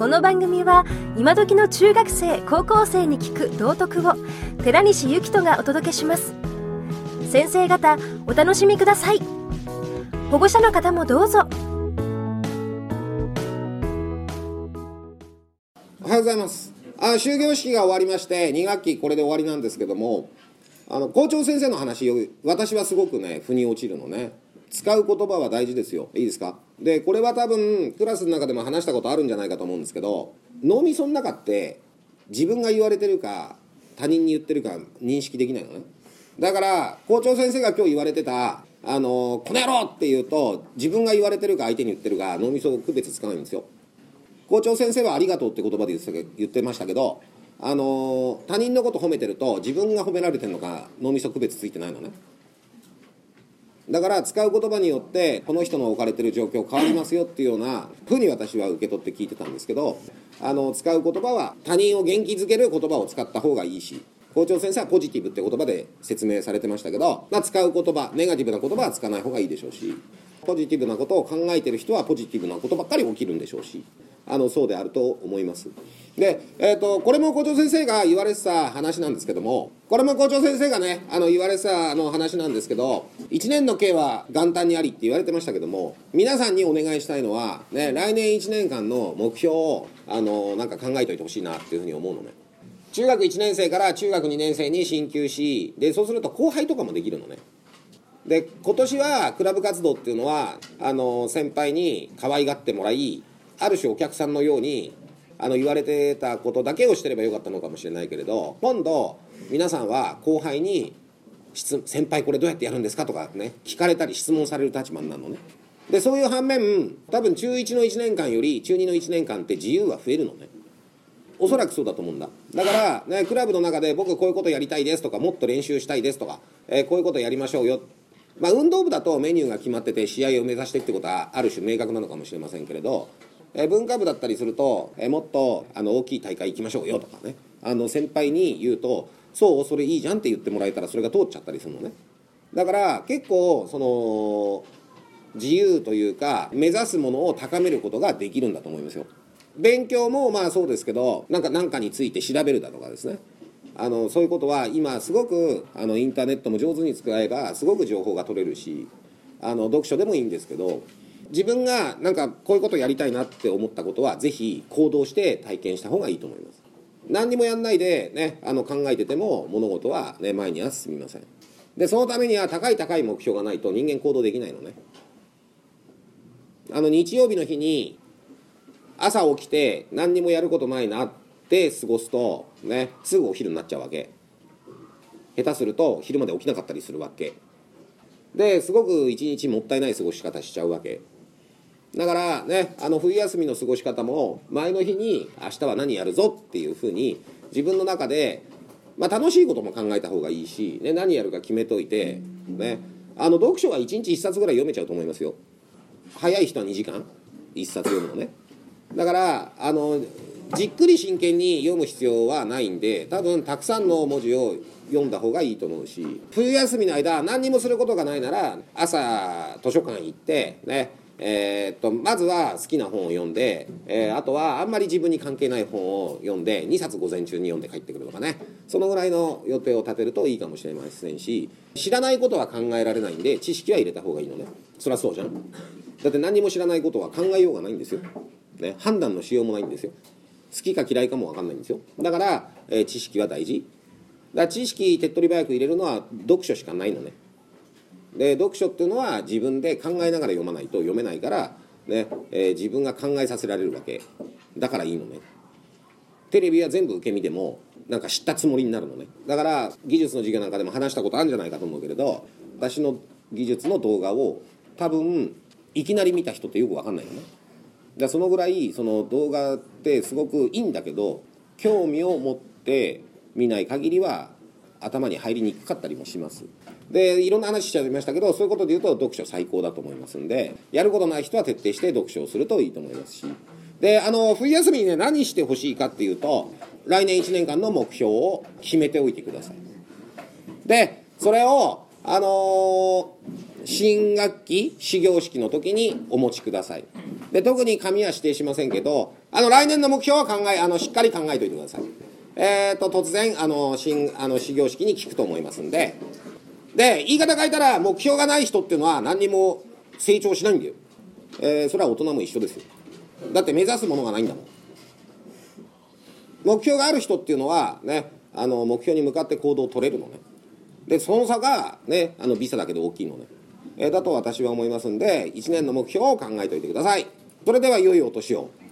この番組は今時の中学生高校生に聞く道徳を寺西幸人がお届けします。先生方お楽しみください。保護者の方もどうぞ。 おはようございます。終業式が終わりまして2学期これで終わりなんですけども、校長先生の話を私はすごくね腑に落ちるのね。使う言葉は大事ですよ。いいですか。でこれは多分クラスの中でも話したことあるんじゃないかと思うんですけど、脳みその中って自分が言われてるか他人に言ってるか認識できないのね。だから校長先生が今日言われてたこの野郎って言うと自分が言われてるか相手に言ってるか脳みそ区別つかないんですよ。校長先生はありがとうって言葉で言ってましたけど、他人のこと褒めてると自分が褒められてるのか脳みそ区別ついてないのね。だから使う言葉によってこの人の置かれてる状況変わりますよっていうような風に私は受け取って聞いてたんですけど、使う言葉は他人を元気づける言葉を使った方がいいし、校長先生はポジティブって言葉で説明されてましたけど、使う言葉ネガティブな言葉は使わない方がいいでしょうし、ポジティブなことを考えてる人はポジティブなことばっかり起きるんでしょうし、そうであると思います。で、これも校長先生が言われてた話なんですけども、これも校長先生がね言われてた話なんですけど、1年の計は元旦にありって言われてましたけども、皆さんにお願いしたいのは、ね、来年1年間の目標をなんか考えておいてほしいなっていうふうに思うのね。中学1年生から中学2年生に進級し、でそうすると後輩とかもできるのね。で今年はクラブ活動っていうのは先輩に可愛がってもらい、ある種お客さんのように言われてたことだけをしてればよかったのかもしれないけれど、今度皆さんは後輩に先輩これどうやってやるんですかとかね聞かれたり質問される立場になるのね。でそういう反面多分中1の1年間より中2の1年間って自由は増えるのね。おそらくそうだと思うんだ。だから、ね、クラブの中で僕こういうことやりたいですとかもっと練習したいですとか、こういうことやりましょうよ。運動部だとメニューが決まってて試合を目指してってことはある種明確なのかもしれませんけれど、文化部だったりすると、もっと大きい大会行きましょうよとかね、先輩に言うとそうそれいいじゃんって言ってもらえたらそれが通っちゃったりするのね。だから結構その自由というか目指すものを高めることができるんだと思いますよ。勉強もそうですけど、なんかについて調べるだとかですね、そういうことは今すごくインターネットも上手に使えばすごく情報が取れるし、読書でもいいんですけど、自分がこういうことやりたいなって思ったことはぜひ行動して体験した方がいいと思います。何にもやんないで、ね、考えてても物事は、ね、前には進みません。でそのためには高い目標がないと人間行動できないのね。日曜日の日に朝起きて何にもやることないなって過ごすと、ね、すぐお昼になっちゃうわけ。下手すると昼まで起きなかったりするわけですごく一日もったいない過ごし方しちゃうわけだからね、冬休みの過ごし方も前の日に明日は何やるぞっていうふうに自分の中で、楽しいことも考えた方がいいし、ね、何やるか決めといて、ね、読書は1日1冊ぐらい読めちゃうと思いますよ。早い人は2時間1冊読むのね。だからじっくり真剣に読む必要はないんで、多分たくさんの文字を読んだ方がいいと思うし、冬休みの間何にもすることがないなら朝図書館行ってね、まずは好きな本を読んで、あとはあんまり自分に関係ない本を読んで2冊午前中に読んで帰ってくるとかね、そのぐらいの予定を立てるといいかもしれませんし、知らないことは考えられないんで知識は入れた方がいいのね。そりゃそうじゃん。だって何にも知らないことは考えようがないんですよ、ね、判断のしようもないんですよ。好きか嫌いかも分かんないんですよ。だから、知識は大事だから。知識手っ取り早く入れるのは読書しかないのね。で読書っていうのは自分で考えながら読まないと読めないから、ね自分が考えさせられるわけだからいいのね。テレビは全部受け身でも知ったつもりになるのね。だから技術の授業なんかでも話したことあるんじゃないかと思うけれど、私の技術の動画を多分いきなり見た人ってよく分かんないよね。だそのぐらいその動画ってすごくいいんだけど、興味を持って見ない限りは頭に入りにくかったりもします。でいろんな話しちゃいましたけど、そういうことで言うと読書最高だと思いますんで、やることない人は徹底して読書をするといいと思いますし、で冬休みにね何してほしいかっていうと、来年1年間の目標を決めておいてください。でそれを新学期始業式の時にお持ちください。で特に紙は指定しませんけど、来年の目標はしっかり考えておいてください。突然始業式に聞くと思いますんで。で言い方変えたら、目標がない人っていうのは何にも成長しないんだよ。それは大人も一緒ですよ。だって目指すものがないんだもん。目標がある人っていうのはね、目標に向かって行動を取れるのね。でその差がね、ビザだけで大きいのね。だと私は思いますんで、1年の目標を考えておいてください。それではいよいよお年を。